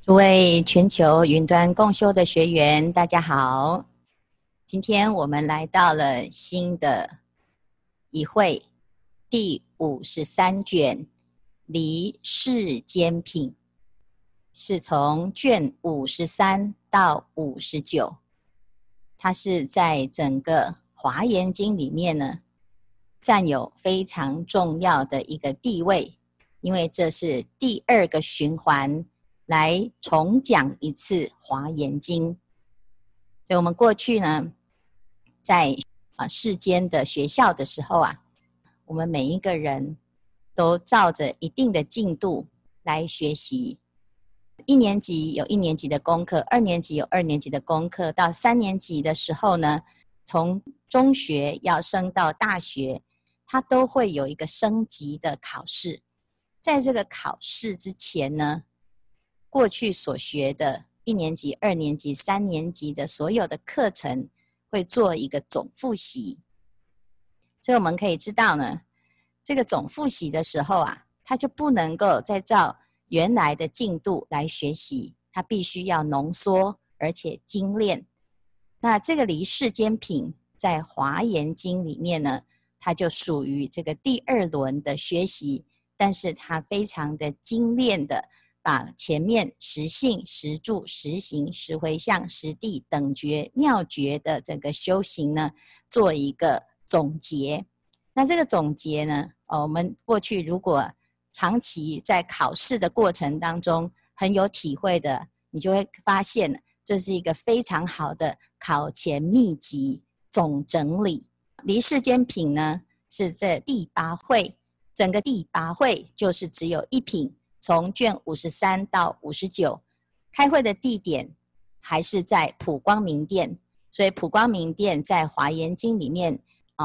诸位全球云端共修的学员，大家好。今天我们来到了新的一会，第53卷离世间品，是从卷53到59，它是在整个华严经里面呢，占有非常重要的一个地位，因为这是第二个循环来重讲一次华严经。所以我们过去呢，在世间的学校的时候啊，我们每一个人都照着一定的进度来学习。一年级有一年级的功课，二年级有二年级的功课，到三年级的时候呢，从中学要升到大学，它都会有一个升级的考试。在这个考试之前呢，过去所学的一年级、二年级、三年级的所有的课程会做一个总复习。所以我们可以知道呢，这个总复习的时候啊，它就不能够再照原来的进度来学习，它必须要浓缩而且精炼。那这个离世间品在华严经里面呢，它就属于这个第二轮的学习，但是它非常的精炼的把前面实性、实住、实行、实回向、实地、等觉、妙觉的这个修行呢，做一个总结。那这个总结呢，我们过去如果长期在考试的过程当中很有体会的，你就会发现这是一个非常好的考前秘籍总整理。离世间品呢，是这第8会，整个第8会就是只有一品，从卷53到59，开会的地点还是在普光明殿，所以普光明殿在华严经里面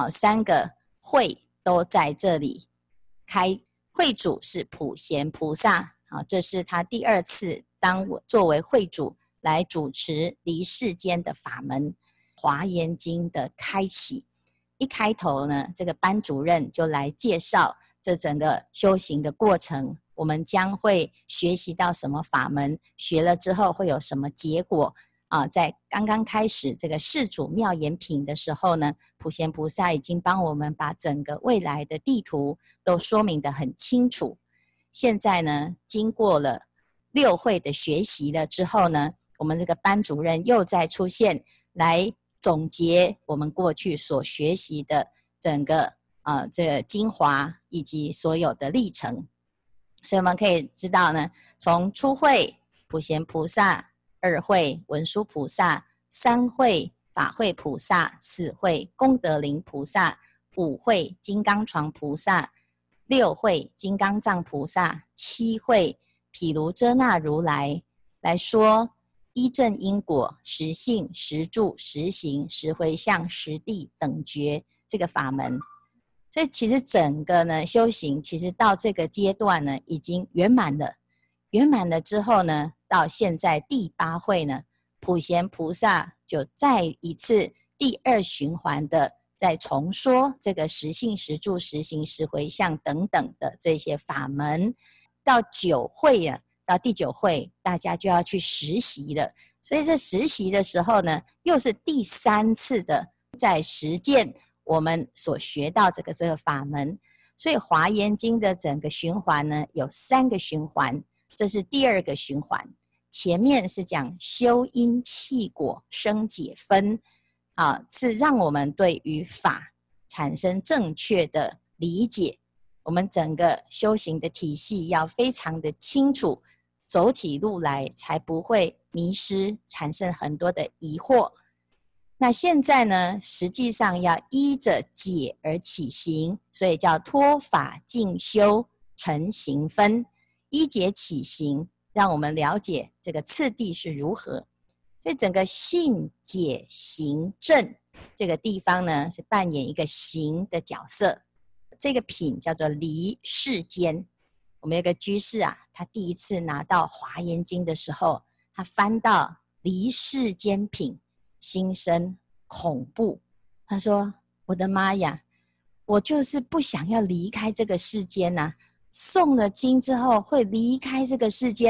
3个会都在这里开。会主是普贤菩萨，这是他第2次当我作为会主来主持离世间的法门，华严经的开启。一开头呢，这个班主任就来介绍这整个修行的过程，我们将会学习到什么法门，学了之后会有什么结果在刚刚开始这个世主妙言品的时候呢，普贤菩萨已经帮我们把整个未来的地图都说明得很清楚。现在呢，经过了6会的学习了之后呢，我们这个班主任又再出现来总结我们过去所学习的整个这个精华以及所有的历程。所以我们可以知道呢，从初会普贤菩萨，2会文殊菩萨，3会法会菩萨，4会功德林菩萨，5会金刚床菩萨，6会金刚藏菩萨，7会毗卢遮那如来来说依正因果、实性、实住、实行、实回向、实地、等觉这个法门。所以其实整个呢修行其实到这个阶段呢已经圆满了。圆满了之后呢，到现在第8会呢，普贤菩萨就再一次第2循环的再重说这个实性、实住、实行、实回向等等的这些法门。到9会啊，到第9会大家就要去实习了。所以这实习的时候呢，又是第3次的在实践我们所学到这个法门。所以华严经的整个循环呢，有3个循环，这是第2个循环。前面是讲修因契果生解分是让我们对于法产生正确的理解。我们整个修行的体系要非常的清楚，走起路来才不会迷失，产生很多的疑惑。那现在呢，实际上要依着解而起行，所以叫脱法进修成行分，依解起行，让我们了解这个次第是如何。所以整个信解行正这个地方呢，是扮演一个行的角色。这个品叫做离世间。我们有个居士他第1次拿到华严经的时候，他翻到离世间品，心生恐怖。他说：我的妈呀，我就是不想要离开这个世间诵了经之后会离开这个世间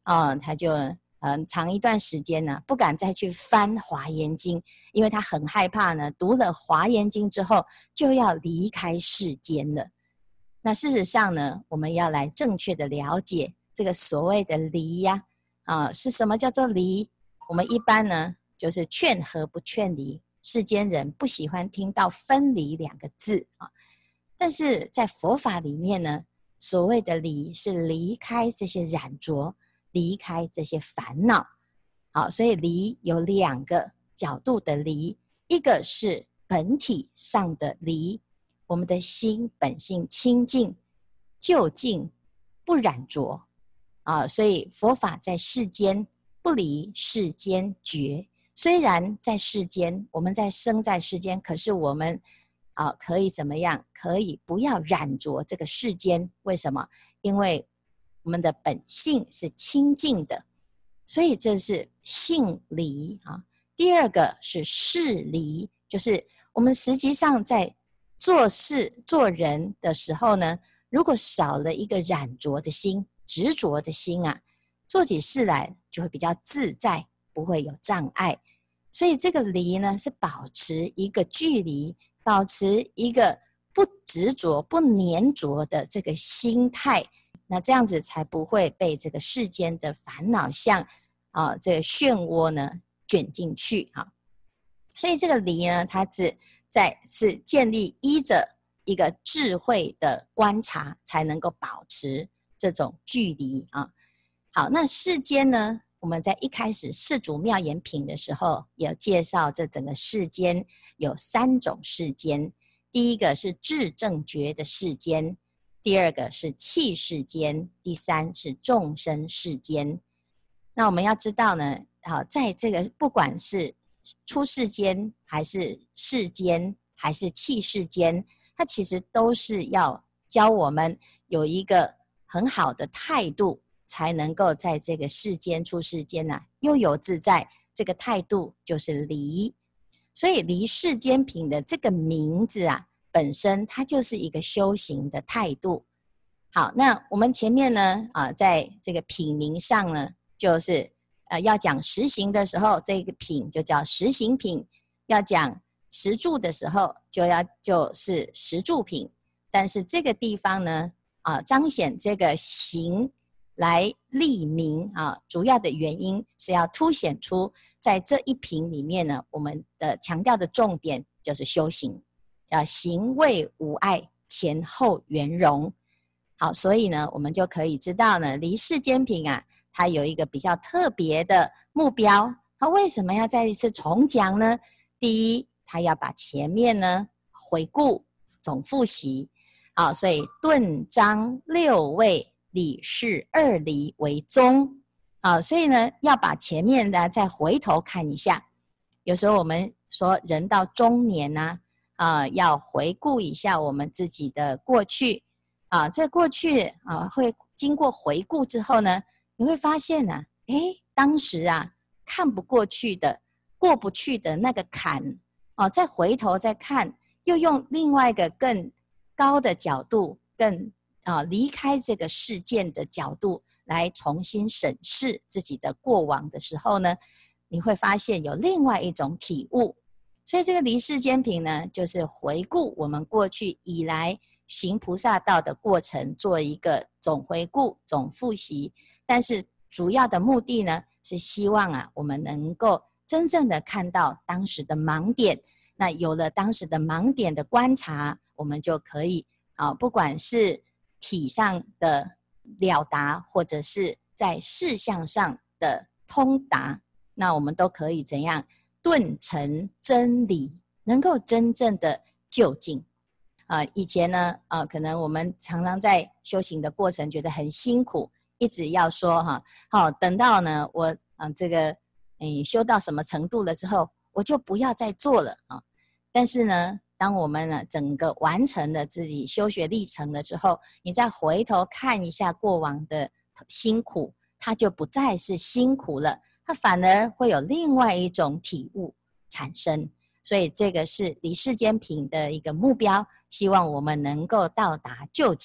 他就长一段时间呢，不敢再去翻《华严经》，因为他很害怕呢，读了《华严经》之后就要离开世间了。那事实上呢，我们要来正确的了解这个所谓的离呀，是什么叫做离？我们一般呢，就是劝和不劝离。世间人不喜欢听到分离两个字啊，但是在佛法里面呢，所谓的离是离开这些染着，离开这些烦恼。好，所以离有两个角度的离，一个是本体上的离，我们的心本性清净究竟不染着所以佛法在世间不离世间觉。虽然在世间，我们生在世间，可是我们可以怎么样？可以不要染着这个世间。为什么？因为我们的本性是清净的，所以这是性离第二个是事离，就是我们实际上在做事做人的时候呢，如果少了一个染着的心、执着的心做起事来就会比较自在，不会有障碍。所以这个离呢，是保持一个距离，保持一个不执着、不粘着的这个心态，那这样子才不会被这个世间的烦恼像这个漩涡呢卷进去所以这个离呢，它是建立依着一个智慧的观察，才能够保持这种距离好，那世间呢，我们在一开始世祖妙言品的时候，有介绍这整个世间有3种世间。第一个是智正觉的世间，第二个是气世间，第三是众生世间。那我们要知道呢，在这个不管是出世间还是世间还是气世间，它其实都是要教我们有一个很好的态度，才能够在这个世间出世间悠游自在。这个态度就是离。所以离世间品的这个名字本身它就是一个修行的态度。好，那我们前面呢在这个品名上呢，就是要讲实行的时候，这个品就叫实行品；要讲实住的时候，就是实住品。但是这个地方呢彰显这个行来立名主要的原因是要凸显出在这一品里面呢，我们的强调的重点就是修行，叫行为无碍，前后圆融。好，所以呢，我们就可以知道呢，离世间品它有一个比较特别的目标。它为什么要再一次重讲呢？第一，它要把前面呢回顾总复习。好，所以顿章6位，理事2离为宗。所以呢，要把前面的再回头看一下。有时候我们说人到中年要回顾一下我们自己的过去这过去会经过回顾之后呢，你会发现当时看不过去的、过不去的那个坎再回头再看，又用另外一个更高的角度，更离开这个事件的角度来重新审视自己的过往的时候呢，你会发现有另外一种体悟。所以这个离世间品呢，就是回顾我们过去以来行菩萨道的过程，做一个总回顾、总复习。但是主要的目的呢，是希望我们能够真正的看到当时的盲点。那有了当时的盲点的观察，我们就可以不管是体上的了达，或者是在事项上的通达，那我们都可以怎样顿成真理，能够真正的究竟。以前呢可能我们常常在修行的过程觉得很辛苦，一直要说等到呢我这个修到什么程度了之后，我就不要再做了但是呢，当我们呢整个完成了自己修学历程了之后，你再回头看一下过往的辛苦，它就不再是辛苦了，它反而会有另外一种体悟产生。所以这个是离世间品的一个目标，希望我们能够到达究竟。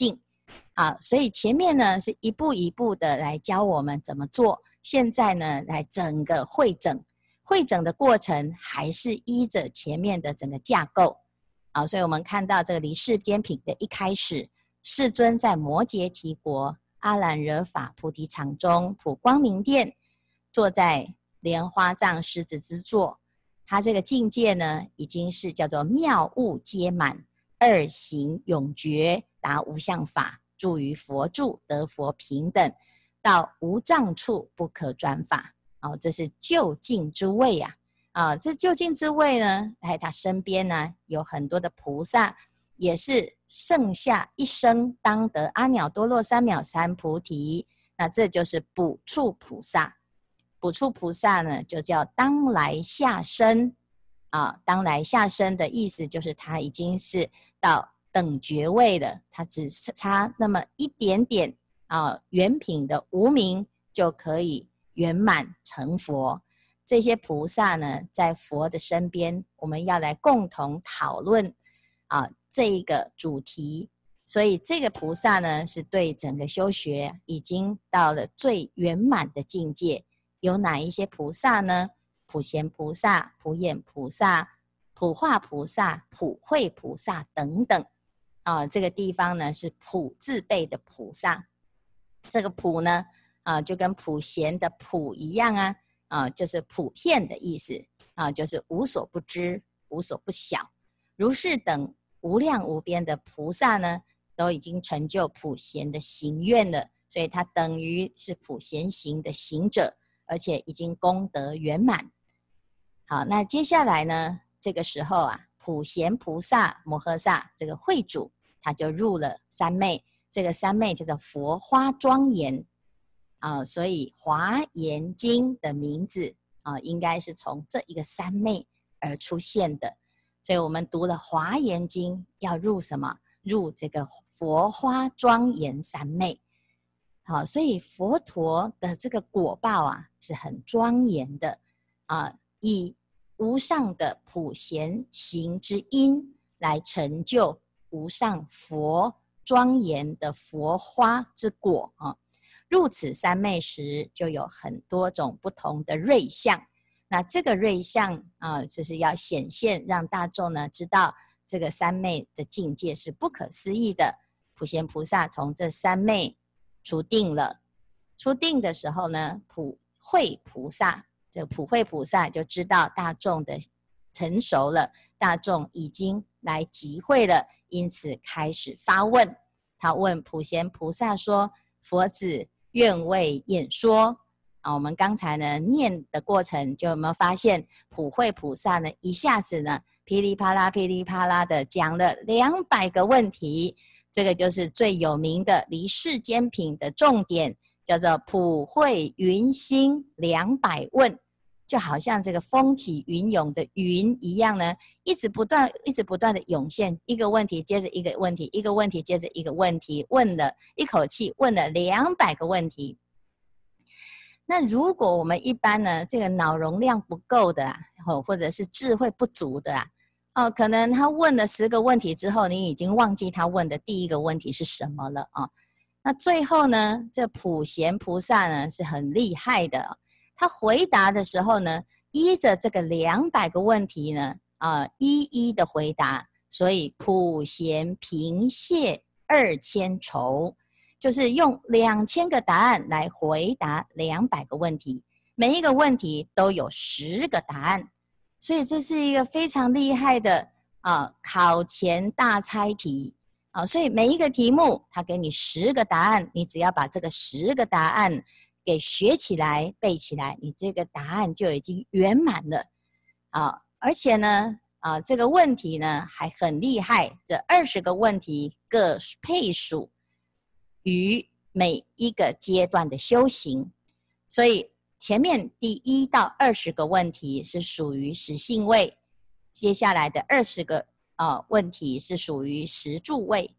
好，所以前面呢是一步一步的来教我们怎么做，现在呢来整个会整的过程还是依着前面的整个架构。好，所以我们看到这个离世间品的一开始，世尊在摩羯提国阿兰惹法菩提场中普光明殿，坐在莲花藏狮子之座。他这个境界呢，已经是叫做妙悟皆满，二行永绝，达无相法，住于佛住，得佛平等，到无障处不可转法。这是究竟之位啊！这究竟之位呢，他身边呢有很多的菩萨，也是剩下一生当得阿耨多罗三藐三菩提。那这就是补处菩萨。补处菩萨呢，就叫当来下生当来下生的意思就是他已经是到等觉位了，他只差那么一点点圆品的无明就可以圆满成佛。这些菩萨呢，在佛的身边，我们要来共同讨论这一个主题。所以这个菩萨呢，是对整个修学已经到了最圆满的境界。有哪一些菩萨呢？普贤菩萨、普眼菩萨、普化菩萨、普慧菩萨等等这个地方呢是普字辈的菩萨。这个普呢就跟普贤的普一样就是普遍的意思就是无所不知、无所不晓。如是等无量无边的菩萨呢，都已经成就普贤的行愿了，所以他等于是普贤行的行者，而且已经功德圆满。好，那接下来呢，这个时候普贤菩萨摩诃萨这个会主，他就入了三昧。这个三昧叫做佛花庄严所以华严经的名字应该是从这一个三昧而出现的。所以我们读了华严经，要入什么？入这个佛花庄严三昧。好，所以佛陀的这个果报是很庄严的以无上的普贤行之因来成就无上佛庄严的佛花之果入此三昧时，就有很多种不同的瑞相。那这个瑞相就是要显现，让大众呢知道这个三昧的境界是不可思议的。普贤菩萨从这三昧出定了，出定的时候呢，普慧菩萨，这个普慧菩萨就知道大众的成熟了，大众已经来集会了，因此开始发问。他问普贤菩萨说：佛子愿为演说我们刚才呢念的过程，就有没有发现普慧菩萨呢一下子呢噼里啪啦噼里啪啦的讲了200个问题。这个就是最有名的离世间品的重点，叫做普慧云心200问。就好像这个风起云涌的云一样呢，一直不断的涌现，一个问题接着一个问题，一个问题接着一个问题，问了一口气问了200个问题。那如果我们一般呢，这个脑容量不够的或者是智慧不足的可能他问了10个问题之后，你已经忘记他问的第一个问题是什么了那最后呢，这普贤菩萨呢是很厉害的他回答的时候呢，依着这个200个问题呢一一的回答，所以普贤平谢2000愁，就是用2000个答案来回答200个问题，每一个问题都有10个答案。所以这是一个非常厉害的考前大猜题所以每一个题目他给你10个答案，你只要把这个10个答案给学起来背起来，你这个答案就已经圆满了而且呢这个问题呢还很厉害，这20个问题各配属于每一个阶段的修行。所以前面第1到20个问题是属于实性位，接下来的20个问题是属于实住位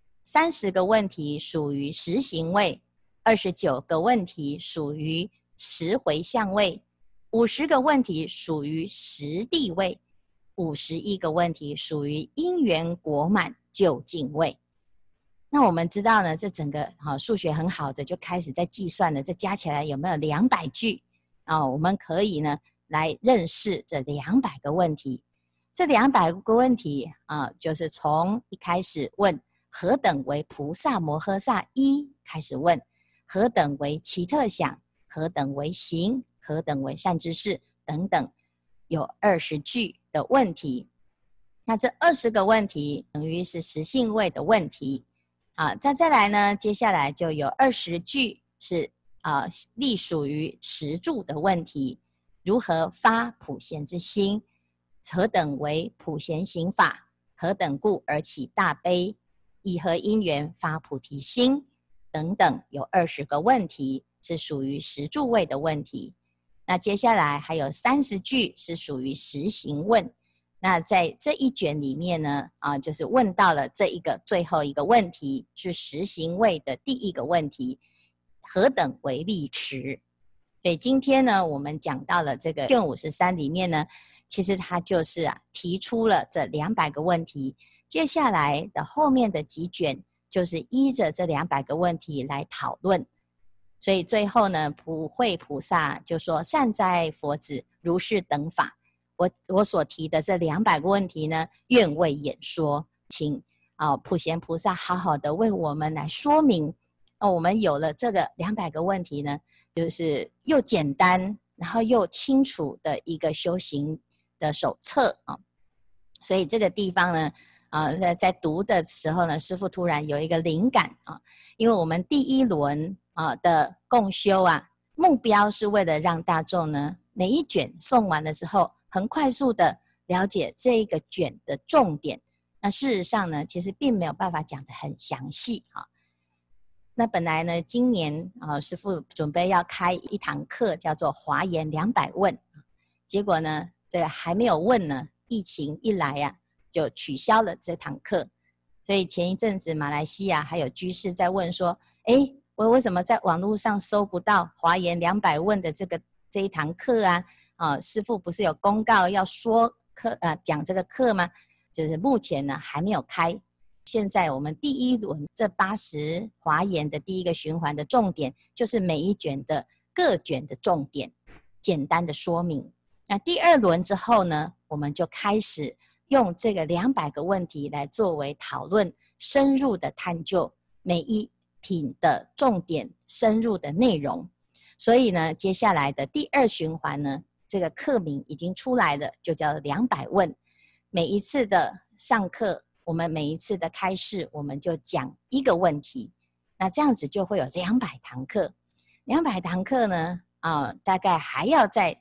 ，30个问题属于实行位，29个问题属于实回向位，50个问题属于实地位，51个问题属于因缘果满究竟位。 那我们知道呢，这整个数学很好的就开始在计算了，这加起来有没有200句我们可以呢来认识这200个问题。这200个问题就是从一开始问何等为菩萨摩诃萨一开始问，何等为奇特想，何等为行，何等为善知识等等，有20句的问题。那这20个问题等于是实性位的问题再来呢，接下来就有20句是隶属于实住的问题，如何发普贤之心，何等为普贤行法，何等故而起大悲，以何因缘发菩提心等等，有20个问题是属于实住位的问题。那接下来还有30句是属于实行问。那在这一卷里面呢就是问到了这一个最后一个问题，是实行位的第一个问题，何等为利持。所以今天呢，我们讲到了这个卷53里面呢，其实它就是提出了这200个问题，接下来的后面的几卷就是依着这200个问题来讨论。所以最后呢，普惠菩萨就说：善哉佛子，如是等法。我所提的这200个问题呢，愿为演说，请普贤菩萨好好的为我们来说明。我们有了这个200个问题呢，就是又简单，然后又清楚的一个修行的手册所以这个地方呢，在读的时候呢，师父突然有一个灵感因为我们第1轮的共修目标是为了让大众呢，每一卷诵完了之后，很快速的了解这个卷的重点。那事实上呢，其实并没有办法讲得很详细那本来呢，今年师父准备要开一堂课，叫做华严200问，结果呢，这个还没有问呢，疫情一来就取消了这堂课。所以前一阵子马来西亚还有居士在问说，我为什么在网络上搜不到华严200问的这一堂课师父不是有公告要说课讲这个课吗？就是目前呢还没有开。现在我们第1轮这80华严的第一个循环的重点，就是每一卷的各卷的重点，简单的说明。那第2轮之后呢，我们就开始用这个200个问题来作为讨论，深入的探究每一品的重点，深入的内容。所以呢，接下来的第2循环呢，这个课名已经出来了，就叫200问。每一次的上课，我们每一次的开示，我们就讲一个问题，那这样子就会有200堂课。200堂课呢，大概还要再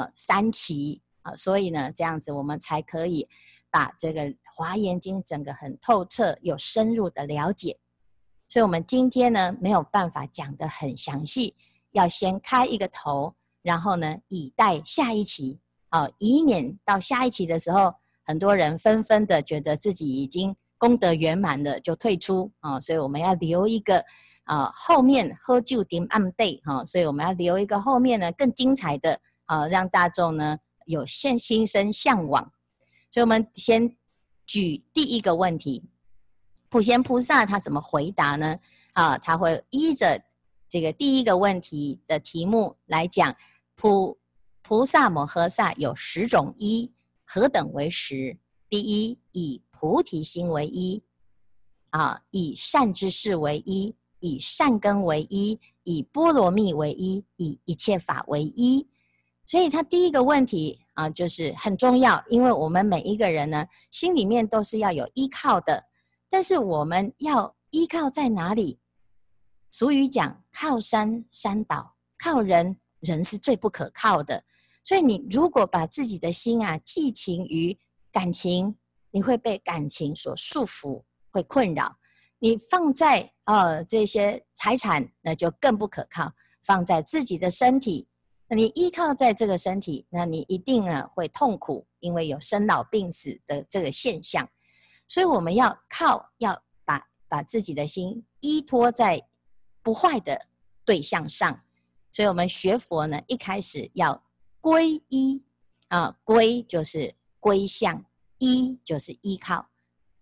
3期所以呢，这样子我们才可以把这个华严经整个很透彻、有深入的了解。所以我们今天呢，没有办法讲得很详细，要先开一个头，然后呢，以待下一期以免到下一期的时候，很多人纷纷的觉得自己已经功德圆满了，就退出所以我们要留一个后面喝酒点暗对所以我们要留一个后面呢更精彩的让大众呢有心生向往。所以我们先举第1个问题，普贤菩萨他怎么回答呢？他会依着这个第1个问题的题目来讲，菩萨摩诃萨有10种依，何等为10？第1，以菩提心为依以善知识为依，以善根为依，以波罗蜜为依，以一切法为依。所以他第1个问题就是很重要，因为我们每一个人呢，心里面都是要有依靠的，但是我们要依靠在哪里？俗语讲，靠山山倒，靠人人是最不可靠的。所以你如果把自己的心寄情于感情，你会被感情所束缚，会困扰。你放在这些财产，那就更不可靠。放在自己的身体，那你依靠在这个身体，那你一定会痛苦，因为有生老病死的这个现象。所以我们要把自己的心依托在不坏的对象上。所以我们学佛呢，一开始要皈依皈就是归向，依就是依靠。那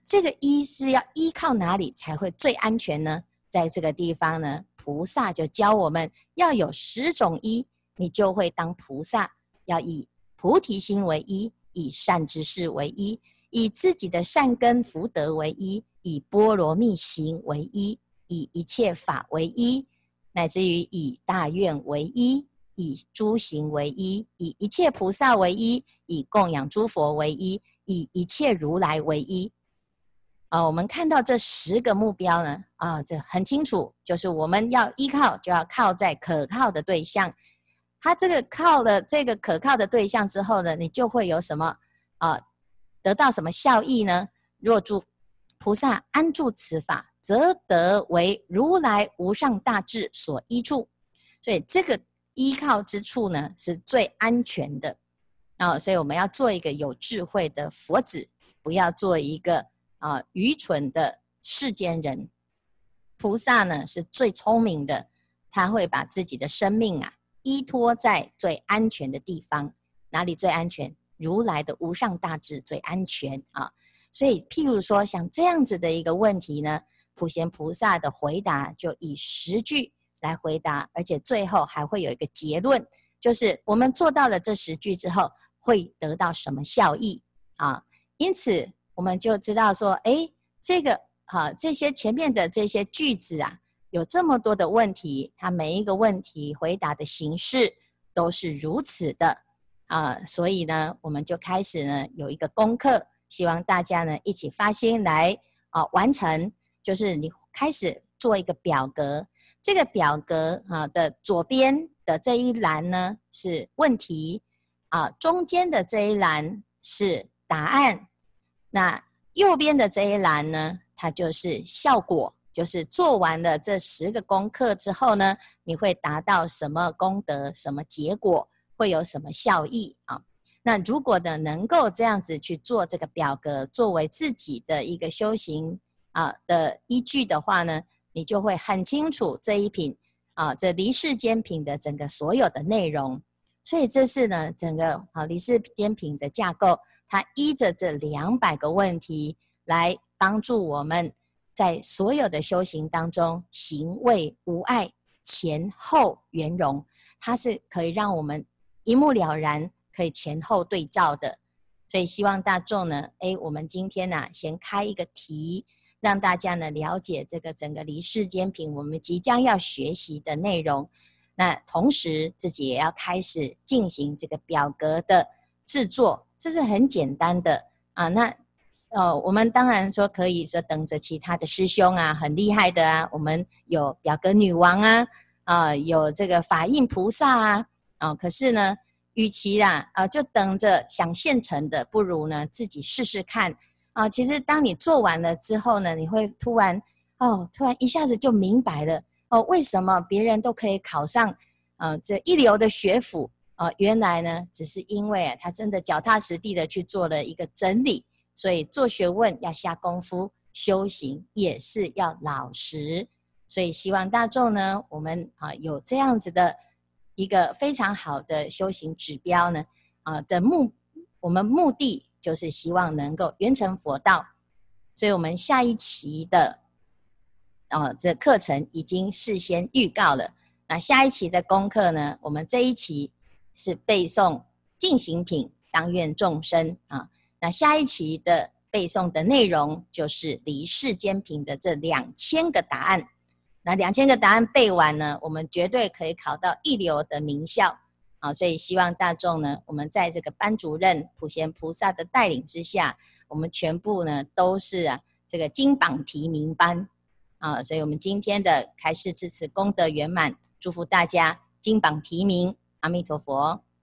这个依是要依靠哪里才会最安全呢？在这个地方呢，菩萨就教我们要有10种依，你就会当菩萨。要以菩提心为依，以善知识为依，以自己的善根福德为依，以波罗蜜行为依，以一切法为依，乃至于以大愿为依，以诸行为依，以一切菩萨为依，以供养诸佛为依，以一切如来为依。我们看到这10个目标呢，这很清楚，就是我们要依靠，就要靠在可靠的对象。他这个靠了这个可靠的对象之后呢，你就会有什么得到什么效益呢？若诸菩萨安住此法，则得为如来无上大智所依处。所以这个依靠之处呢，是最安全的。所以我们要做一个有智慧的佛子，不要做一个愚蠢的世间人。菩萨呢是最聪明的，他会把自己的生命依托在最安全的地方。哪里最安全？如来的无上大智最安全所以譬如说像这样子的一个问题呢，普贤菩萨的回答就以10句来回答，而且最后还会有一个结论，就是我们做到了这10句之后会得到什么效益因此我们就知道说，这些前面的这些句子有这么多的问题，它每一个问题回答的形式都是如此的所以呢，我们就开始呢有一个功课，希望大家呢一起发心来完成，就是你开始做一个表格，这个表格的左边的这一栏呢是问题中间的这一栏是答案，那右边的这一栏呢，它就是效果，就是做完了这10个功课之后呢，你会达到什么功德，什么结果，会有什么效益那如果呢能够这样子去做这个表格，作为自己的一个修行的依据的话呢，你就会很清楚这一品这离世间品的整个所有的内容。所以这是呢整个离世间品的架构，它依着这200个问题来帮助我们在所有的修行当中行位无碍，前后圆融，它是可以让我们一目了然，可以前后对照的。所以希望大众呢我们今天先开一个题，让大家呢了解这个整个离世间品我们即将要学习的内容。那同时自己也要开始进行这个表格的制作，这是很简单的我们当然说可以说等着其他的师兄很厉害的我们有表格女王有这个法印菩萨可是呢与其就等着想现成的，不如呢自己试试看其实当你做完了之后呢，你会突然一下子就明白了为什么别人都可以考上这一流的学府原来呢只是因为他真的脚踏实地的去做了一个整理。所以做学问要下功夫，修行也是要老实。所以希望大众呢，我们有这样子的一个非常好的修行指标呢我们目的就是希望能够圆成佛道。所以我们下一期的这课程已经事先预告了。那下一期的功课呢，我们这一期是背诵净行品，当愿众生那下一期的背诵的内容就是离世间品的这2000个答案。那2000个答案背完呢，我们绝对可以考到一流的名校所以希望大众呢，我们在这个班主任普贤菩萨的带领之下，我们全部呢都是这个金榜题名班所以我们今天的开示至此功德圆满，祝福大家金榜题名，阿弥陀佛。